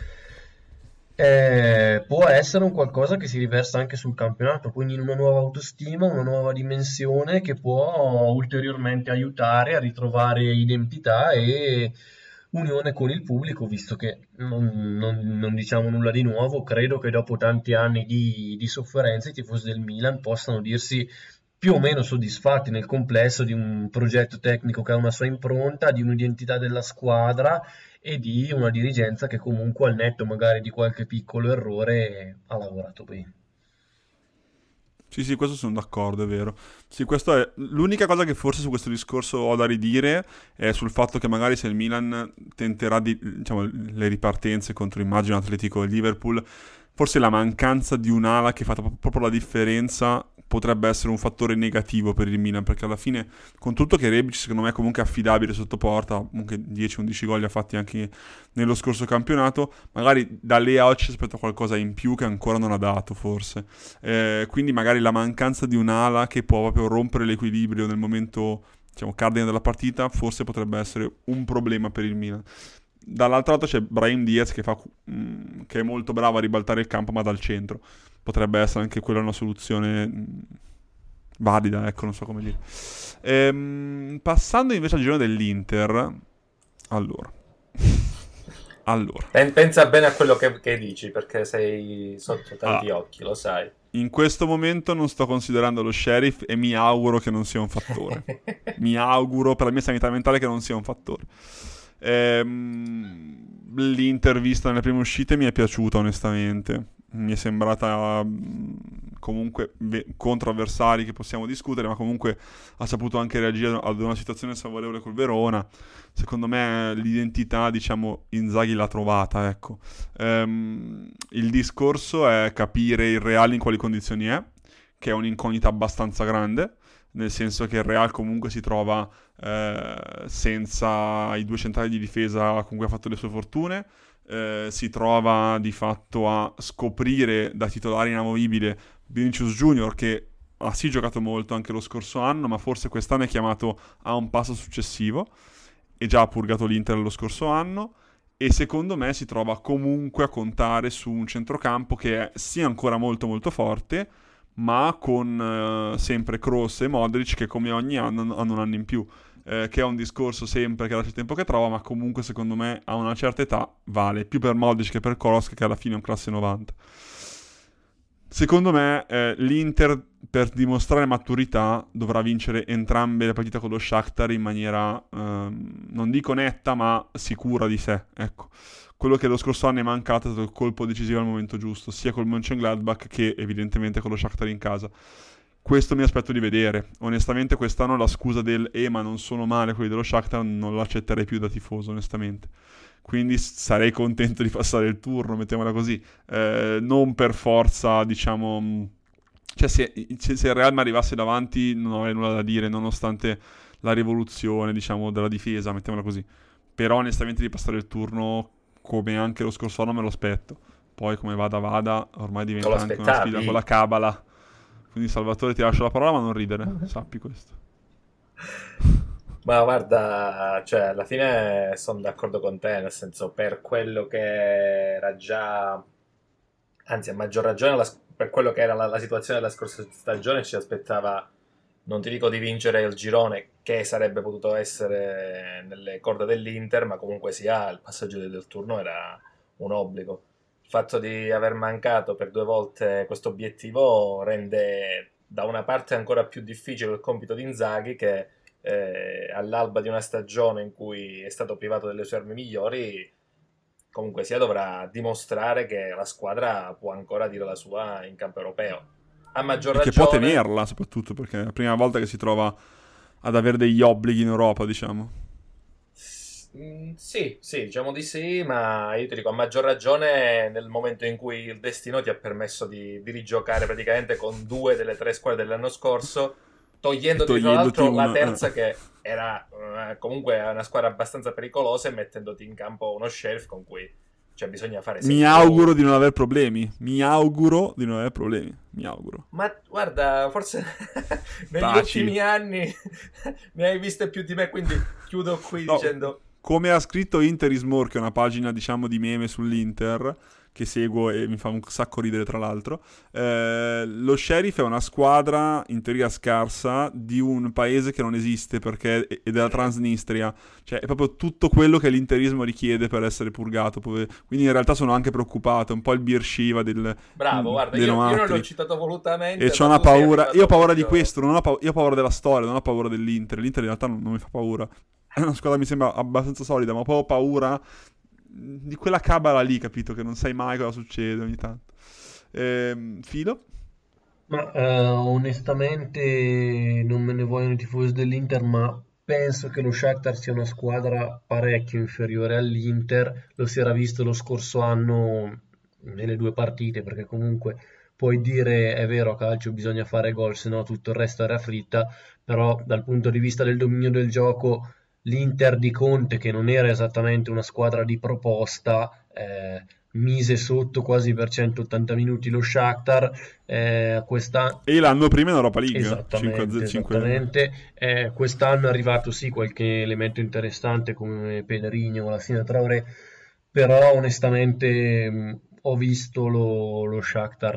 Può essere un qualcosa che si riversa anche sul campionato, quindi in una nuova autostima, una nuova dimensione che può ulteriormente aiutare a ritrovare identità e unione con il pubblico, visto che non diciamo nulla di nuovo, credo che dopo tanti anni di sofferenza i tifosi del Milan possano dirsi più o meno soddisfatti nel complesso di un progetto tecnico che ha una sua impronta, di un'identità della squadra e di una dirigenza che comunque al netto magari di qualche piccolo errore ha lavorato bene. Sì, sì, questo sono d'accordo, è vero. Sì, questo è l'unica cosa che forse su questo discorso ho da ridire è sul fatto che magari se il Milan tenterà diciamo, le ripartenze contro immagino Atletico e Liverpool, forse la mancanza di un'ala che fa proprio la differenza potrebbe essere un fattore negativo per il Milan, perché alla fine, con tutto che Rebic secondo me è comunque affidabile sotto porta, comunque 10-11 gol li ha fatti anche nello scorso campionato, magari da lì a oggi si aspetta qualcosa in più che ancora non ha dato forse. Quindi magari la mancanza di un'ala che può proprio rompere l'equilibrio nel momento, diciamo, cardine della partita, forse potrebbe essere un problema per il Milan. Dall'altro lato c'è Brahim Diaz che è molto bravo a ribaltare il campo ma dal centro. Potrebbe essere anche quella una soluzione valida, ecco, non so come dire. Passando invece al girone dell'Inter, allora. Allora. Pensa bene a quello che dici, perché sei sotto tanti Ah, occhi, lo sai. in questo momento non sto considerando lo Sheriff e mi auguro che non sia un fattore. Mi auguro per la mia sanità mentale che non sia un fattore. L'Inter vista nelle prime uscite mi è piaciuta onestamente. Mi è sembrata comunque contro avversari che possiamo discutere, ma comunque ha saputo anche reagire ad una situazione sfavorevole col Verona. Secondo me l'identità, diciamo, Inzaghi l'ha trovata, ecco. Il discorso è capire il Real in quali condizioni è, che è un'incognita abbastanza grande, nel senso che il Real comunque si trova senza i due centrali di difesa con cui ha fatto le sue fortune, si trova di fatto a scoprire da titolare inamovibile Vinicius Junior, che ha sì giocato molto anche lo scorso anno, ma forse quest'anno è chiamato a un passo successivo e già ha purgato l'Inter lo scorso anno. E secondo me si trova comunque a contare su un centrocampo che è sì ancora molto molto forte, ma con sempre Kroos e Modric che come ogni anno hanno un anno in più, che è un discorso sempre che lascia il tempo che trova, ma comunque secondo me a una certa età vale, più per Modric che per Kroos, che alla fine è un classe 90. Secondo me l'Inter per dimostrare maturità dovrà vincere entrambe le partite con lo Shakhtar in maniera non dico netta ma sicura di sé, ecco. quello che lo scorso anno è mancato è stato il colpo decisivo al momento giusto, sia col Mönchengladbach che evidentemente con lo Shakhtar in casa. Questo mi aspetto di vedere. Onestamente quest'anno la scusa del ma non sono male quelli dello Shakhtar non l'accetterei più da tifoso, onestamente. Quindi sarei contento di passare il turno, mettiamola così. Non per forza, diciamo... Cioè se il Real mi arrivasse davanti non avrei nulla da dire, nonostante la rivoluzione, diciamo, della difesa, mettiamola così. Però onestamente di passare il turno, come anche lo scorso anno, me lo aspetto. Poi come vada, ormai diventa anche una sfida con la cabala. Quindi Salvatore ti lascio la parola, ma non ridere, sappi questo. Ma guarda, cioè alla fine sono d'accordo con te, nel senso per quello che era già, anzi a maggior ragione per quello che era la situazione della scorsa stagione ci aspettava, non ti dico di vincere il girone, che sarebbe potuto essere nelle corde dell'Inter, ma comunque sia il passaggio del turno era un obbligo. Il fatto di aver mancato per 2 volte questo obiettivo rende da una parte ancora più difficile il compito di Inzaghi che all'alba di una stagione in cui è stato privato delle sue armi migliori, comunque sia dovrà dimostrare che la squadra può ancora dire la sua in campo europeo. A maggior E ragione... che può tenerla soprattutto, perché è la prima volta che si trova ad avere degli obblighi in Europa, diciamo. Sì, diciamo di sì, ma io ti dico, a maggior ragione nel momento in cui il destino ti ha permesso di rigiocare praticamente con 2 delle 3 squadre dell'anno scorso, togliendoti tra l'altro la terza che era comunque una squadra abbastanza pericolosa e mettendoti in campo uno Sheriff con cui cioè, bisogna fare Mi auguro di non aver problemi. Mi auguro. Ma guarda, forse negli ultimi anni ne hai viste più di me, quindi chiudo qui dicendo... Come ha scritto Interismore, che è una pagina, diciamo, di meme sull'Inter, che seguo e mi fa un sacco ridere tra l'altro, lo Sheriff è una squadra in teoria scarsa di un paese che non esiste perché è della Transnistria, cioè è proprio tutto quello che l'interismo richiede per essere purgato, quindi in realtà sono anche preoccupato, un po' il Beersheva del bravo, guarda, io non l'ho citato volutamente e c'ho una paura, io ho paura di questo, io ho paura della storia, non ho paura dell'Inter in realtà non mi fa paura, è una squadra mi sembra abbastanza solida, ma ho proprio paura di quella cabala lì, capito? Che non sai mai cosa succede ogni tanto. Filo? Ma onestamente non me ne vogliono i tifosi dell'Inter, ma penso che lo Shakhtar sia una squadra parecchio inferiore all'Inter. Lo si era visto lo scorso anno nelle 2 partite, perché comunque puoi dire è vero, a calcio bisogna fare gol, se no tutto il resto era fritta, però dal punto di vista del dominio del gioco l'Inter di Conte, che non era esattamente una squadra di proposta, mise sotto quasi per 180 minuti lo Shakhtar. E l'anno prima in Europa League. Esattamente. Quest'anno è arrivato sì qualche elemento interessante come Pellegrini o la Sina Traoré, però onestamente ho visto lo Shakhtar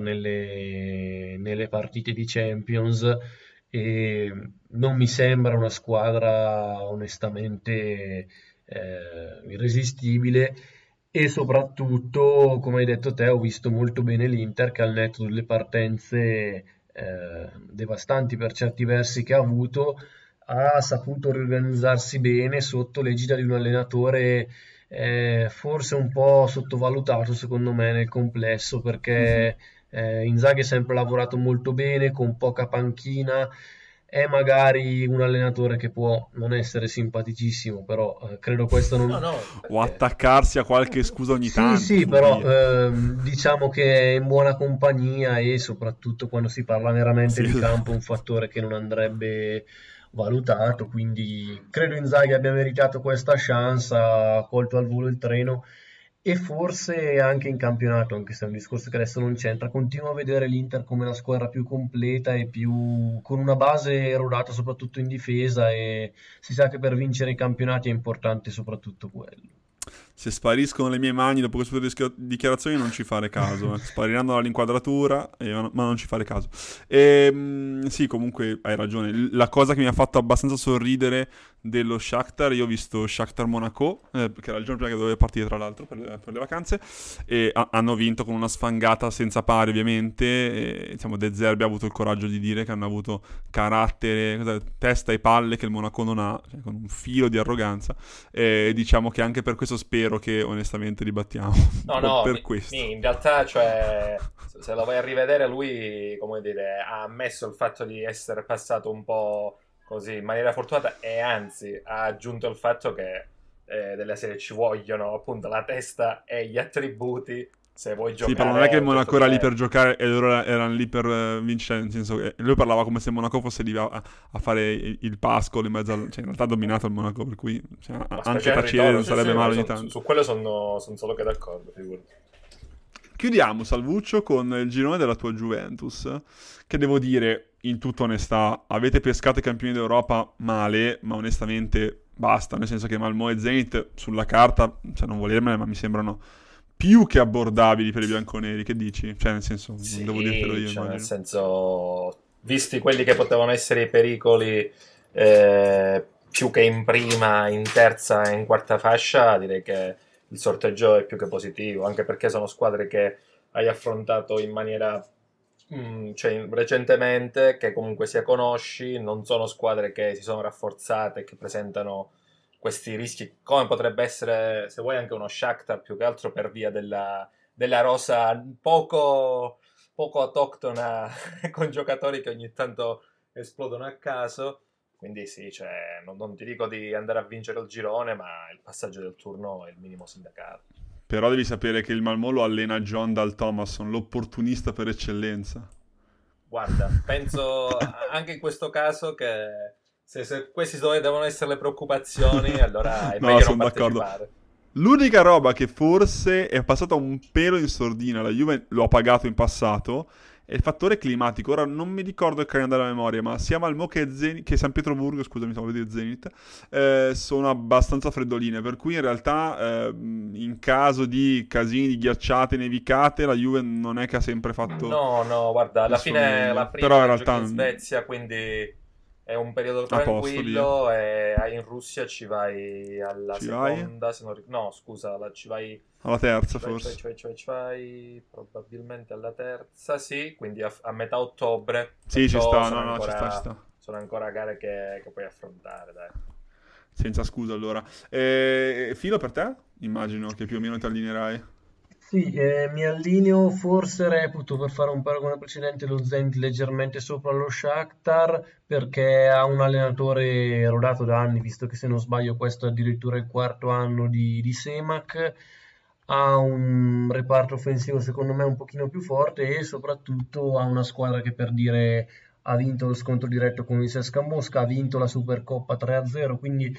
nelle partite di Champions e non mi sembra una squadra onestamente irresistibile, e soprattutto, come hai detto te, ho visto molto bene l'Inter che al netto delle partenze devastanti per certi versi che ha avuto, ha saputo riorganizzarsi bene sotto l'egida di un allenatore forse un po' sottovalutato secondo me nel complesso, perché Inzaghi ha sempre lavorato molto bene con poca panchina. È magari un allenatore che può non essere simpaticissimo, però credo questo non... o attaccarsi a qualche scusa ogni tanto. Sì, però diciamo che è in buona compagnia e soprattutto quando si parla veramente di campo è un fattore che non andrebbe valutato, quindi credo Inzaghi abbia meritato questa chance, ha colto al volo il treno. E forse anche in campionato, anche se è un discorso che adesso non c'entra, continuo a vedere l'Inter come la squadra più completa e con una base rodata soprattutto in difesa, e si sa che per vincere i campionati è importante soprattutto quello. Se spariscono le mie mani dopo queste dichiarazioni non ci fare caso, spariranno dall'inquadratura, ma non ci fare caso. Sì, comunque hai ragione. La cosa che mi ha fatto abbastanza sorridere dello Shakhtar, io ho visto Shakhtar Monaco, che era il giorno prima che dovevo partire tra l'altro per le vacanze, e hanno vinto con una sfangata senza pari ovviamente, e, diciamo, De Zerbi ha avuto il coraggio di dire che hanno avuto carattere, testa e palle che il Monaco non ha, cioè, con un filo di arroganza, e diciamo che anche per questo spero vero che onestamente dibattiamo No, no, per questo. in realtà, cioè, se lo vai a rivedere, lui, come dire, ha ammesso il fatto di essere passato un po' così in maniera fortunata e anzi ha aggiunto il fatto che delle serie ci vogliono appunto la testa e gli attributi se vuoi Sì, però giocare non è che a il un certo Monaco era lì per livello. giocare e loro erano lì per vincere, nel senso che lui parlava come se il Monaco fosse lì a fare il pascolo in mezzo al... Cioè, in realtà ha dominato il Monaco, per cui cioè, Ma anche specie al tacere ritorno, non sì, sarebbe sì, ma male ogni su, tanto. su quello sono solo che d'accordo, figurati. Chiudiamo, Salvuccio, con il girone della tua Juventus, che devo dire, in tutta onestà, avete pescato i campioni d'Europa male, ma onestamente basta, nel senso che Malmö e Zenit sulla carta, cioè non volermene, ma mi sembrano più che abbordabili per i bianconeri, che dici? Cioè, nel senso, non devo dirtelo Sì, io, cioè nel immagino. senso, visti quelli che potevano essere i pericoli più che in prima, in terza e in quarta fascia, direi che il sorteggio è più che positivo, anche perché sono squadre che hai affrontato in maniera cioè, recentemente, che comunque sia conosci, non sono squadre che si sono rafforzate, che presentano questi rischi, come potrebbe essere, se vuoi, anche uno Shakhtar, più che altro per via della rosa poco autoctona, con giocatori che ogni tanto esplodono a caso. Quindi sì, cioè, non ti dico di andare a vincere il girone, ma il passaggio del turno è il minimo sindacale. Però devi sapere che il Malmö lo allena John Dal Thomason, l'opportunista per eccellenza. Guarda, penso anche in questo caso che se questi devono essere le preoccupazioni, allora è No, meglio non sono d'accordo. partecipare. L'unica roba che forse è passata un pelo in sordina, la Juve lo ha pagato in passato, è il fattore climatico. Ora non mi ricordo il calendario a memoria, ma sia Malmö che San Pietroburgo, scusami, stavo a vedere Zenit, sono abbastanza freddoline, per cui in realtà in caso di casini, di ghiacciate, nevicate, la Juve non è che ha sempre fatto No, no, guarda, alla il suo fine meglio. la Però in prima giochi realtà in Svezia, quindi è un periodo a posto, via. tranquillo e in Russia ci vai alla Ci vai? seconda, se non no, scusa, ci vai, Alla terza ci vai, ci vai, forse. ci vai, ci vai, ci vai, probabilmente alla terza, sì, quindi a metà ottobre, Sì, ci perciò sta, no, no, ci sta, ci sta. sono ancora gare che puoi affrontare, dai. Senza scusa allora. Filo per te? Immagino che più o meno ti allineerai. Sì, mi allineo, forse reputo per fare un paragone precedente lo Zenit leggermente sopra lo Shakhtar perché ha un allenatore rodato da anni, visto che se non sbaglio questo è addirittura il quarto anno di Semak, ha un reparto offensivo secondo me un pochino più forte e soprattutto ha una squadra che per dire ha vinto lo scontro diretto con il CSKA Mosca, ha vinto la Supercoppa 3-0, quindi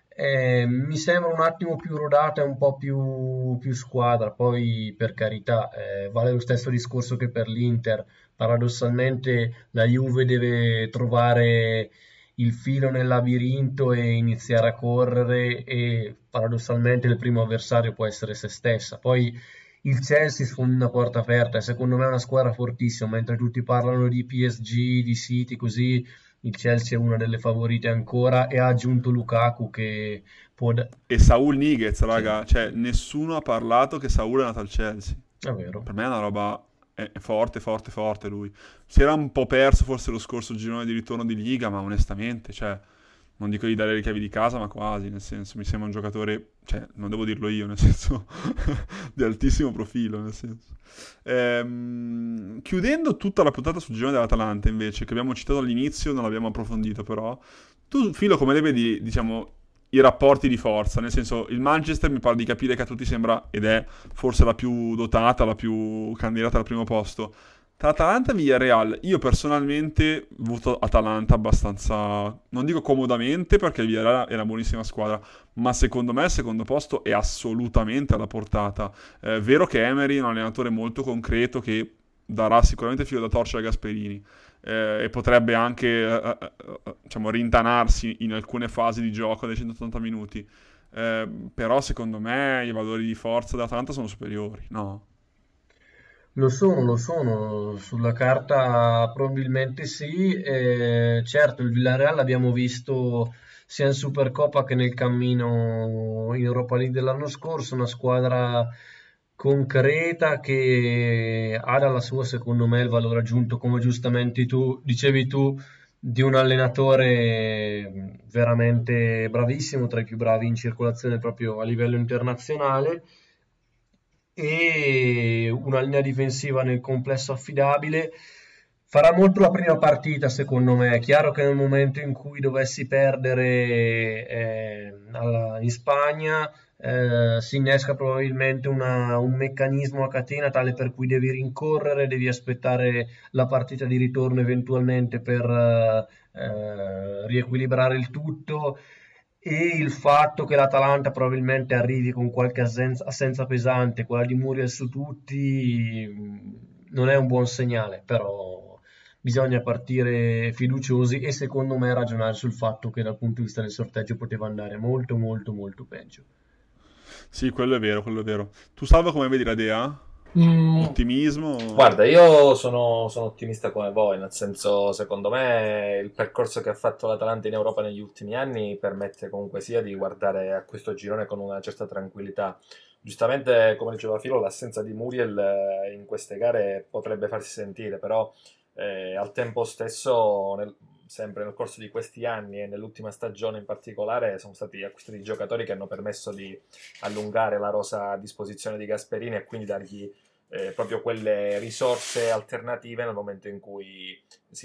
mi sembra un attimo più rodata e un po' più squadra. Poi, per carità, vale lo stesso discorso che per l'Inter. Paradossalmente, la Juve deve trovare il filo nel labirinto e iniziare a correre, e paradossalmente il primo avversario può essere se stessa. Poi il Chelsea sfonda una porta aperta e secondo me è una squadra fortissima, mentre tutti parlano di PSG, di City, così il Chelsea è una delle favorite ancora e ha aggiunto Lukaku che può... E Saul Niguez, Sì, raga. Cioè, nessuno ha parlato che Saul è nato al Chelsea. è vero. Per me è una roba... È forte, forte, forte lui. Si era un po' perso forse lo scorso girone di ritorno di Liga, ma onestamente, cioè... Non dico di dare le chiavi di casa, ma quasi, nel senso, mi sembra un giocatore, cioè, non devo dirlo io, nel senso, di altissimo profilo, nel senso. Chiudendo tutta la puntata sul girone dell'Atalanta, invece, che abbiamo citato all'inizio, non l'abbiamo approfondito però, tu, Filo, come le vedi, diciamo, i rapporti di forza? Nel senso, il Manchester mi pare di capire che a tutti sembra, ed è forse la più dotata, la più candidata al primo posto. Tra Atalanta e Villarreal, io personalmente voto Atalanta abbastanza, non dico comodamente perché il Villarreal è una buonissima squadra, ma secondo me il secondo posto è assolutamente alla portata. È vero che Emery è un allenatore molto concreto che darà sicuramente filo da torcere a Gasperini e potrebbe anche diciamo, rintanarsi in alcune fasi di gioco dei 180 minuti. Però secondo me i valori di forza dell'Atalanta sono superiori, no? Lo sono, sulla carta probabilmente sì. Certo, il Villarreal l'abbiamo visto sia in Supercoppa che nel cammino in Europa League dell'anno scorso, una squadra concreta che ha dalla sua, secondo me, il valore aggiunto, come giustamente tu dicevi tu, di un allenatore veramente bravissimo, tra i più bravi in circolazione proprio a livello internazionale, e una linea difensiva nel complesso affidabile. Farà molto la prima partita, secondo me. È chiaro che nel momento in cui dovessi perdere in Spagna, si innesca probabilmente un meccanismo a catena tale per cui devi rincorrere, devi aspettare la partita di ritorno eventualmente per riequilibrare il tutto, e il fatto che l'Atalanta probabilmente arrivi con qualche assenza pesante, quella di Muriel su tutti, non è un buon segnale, però bisogna partire fiduciosi e secondo me ragionare sul fatto che dal punto di vista del sorteggio poteva andare molto molto molto peggio. Sì, quello è vero, quello è vero. Tu, Salvo, come vedi la Dea? Mm, Ottimismo? Guarda, io sono ottimista come voi, nel senso, secondo me il percorso che ha fatto l'Atalanta in Europa negli ultimi anni permette comunque sia di guardare a questo girone con una certa tranquillità. Giustamente, come diceva Filo, l'assenza di Muriel in queste gare potrebbe farsi sentire, però al tempo stesso, sempre nel corso di questi anni e nell'ultima stagione in particolare, sono stati acquistati giocatori che hanno permesso di allungare la rosa a disposizione di Gasperini e quindi dargli proprio quelle risorse alternative nel momento in cui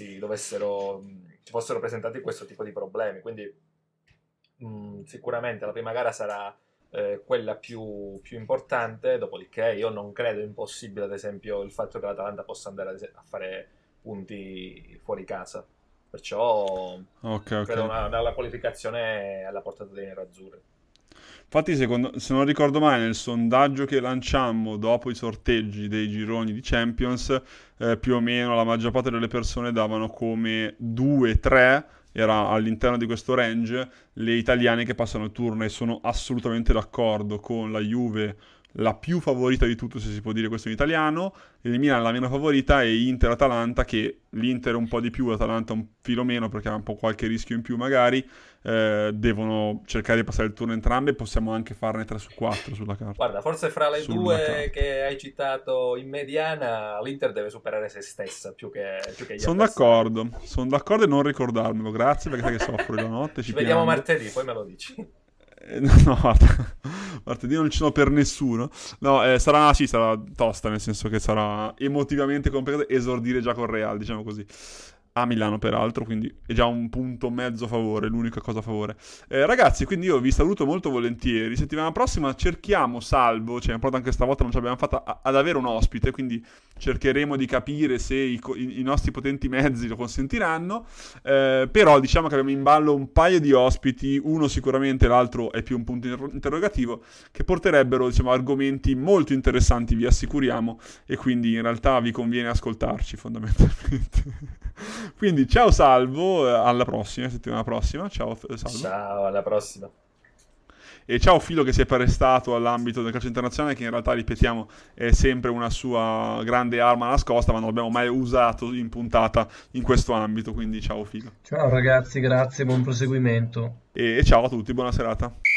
ci fossero presentati questo tipo di problemi. Quindi sicuramente la prima gara sarà quella più importante, dopodiché io non credo impossibile, ad esempio, il fatto che l'Atalanta possa andare a fare punti fuori casa. Perciò Ok, credo ok. una qualificazione alla portata dei nerazzurri. Infatti, se non ricordo male, nel sondaggio che lanciammo dopo i sorteggi dei gironi di Champions, più o meno la maggior parte delle persone davano come 2-3, era all'interno di questo range, le italiane che passano il turno, e sono assolutamente d'accordo con la Juve, la più favorita di tutto, se si può dire questo in italiano, il Milan la meno favorita, e Inter-Atalanta, che l'Inter un po' di più, l'Atalanta un filo meno perché ha un po' qualche rischio in più magari. Devono cercare di passare il turno entrambe. Possiamo anche farne 3 su 4 sulla carta. Guarda, forse fra le Sulla due carta. che hai citato in mediana, l'Inter deve superare se stessa più che gli Sono avversari. d'accordo, sono d'accordo, e non ricordarmelo. Grazie, perché sai che soffro la notte, Ci ci vediamo piango. martedì, poi me lo dici. No, guarda, martedì non ci sono per nessuno. No, sarà tosta, nel senso che sarà emotivamente complicato esordire già con Real, diciamo così. A Milano, peraltro, quindi è già un punto mezzo a favore, l'unica cosa a favore. Ragazzi, quindi io vi saluto molto volentieri. Settimana prossima cerchiamo, Salvo, cioè, proprio anche stavolta non ce l'abbiamo fatta, ad avere un ospite, quindi cercheremo di capire se i nostri potenti mezzi lo consentiranno. Però diciamo che abbiamo in ballo un paio di ospiti, uno sicuramente, l'altro è più un punto interrogativo, che porterebbero, diciamo, argomenti molto interessanti, vi assicuriamo, e quindi in realtà vi conviene ascoltarci fondamentalmente. Quindi ciao Salvo, alla prossima, settimana prossima, ciao Salvo. Ciao, alla prossima. E ciao Filo, che si è prestato all'ambito del calcio internazionale, che in realtà, ripetiamo, è sempre una sua grande arma nascosta, ma non l'abbiamo mai usato in puntata in questo ambito, quindi ciao Filo. Ciao ragazzi, grazie, buon proseguimento. E ciao a tutti, buona serata.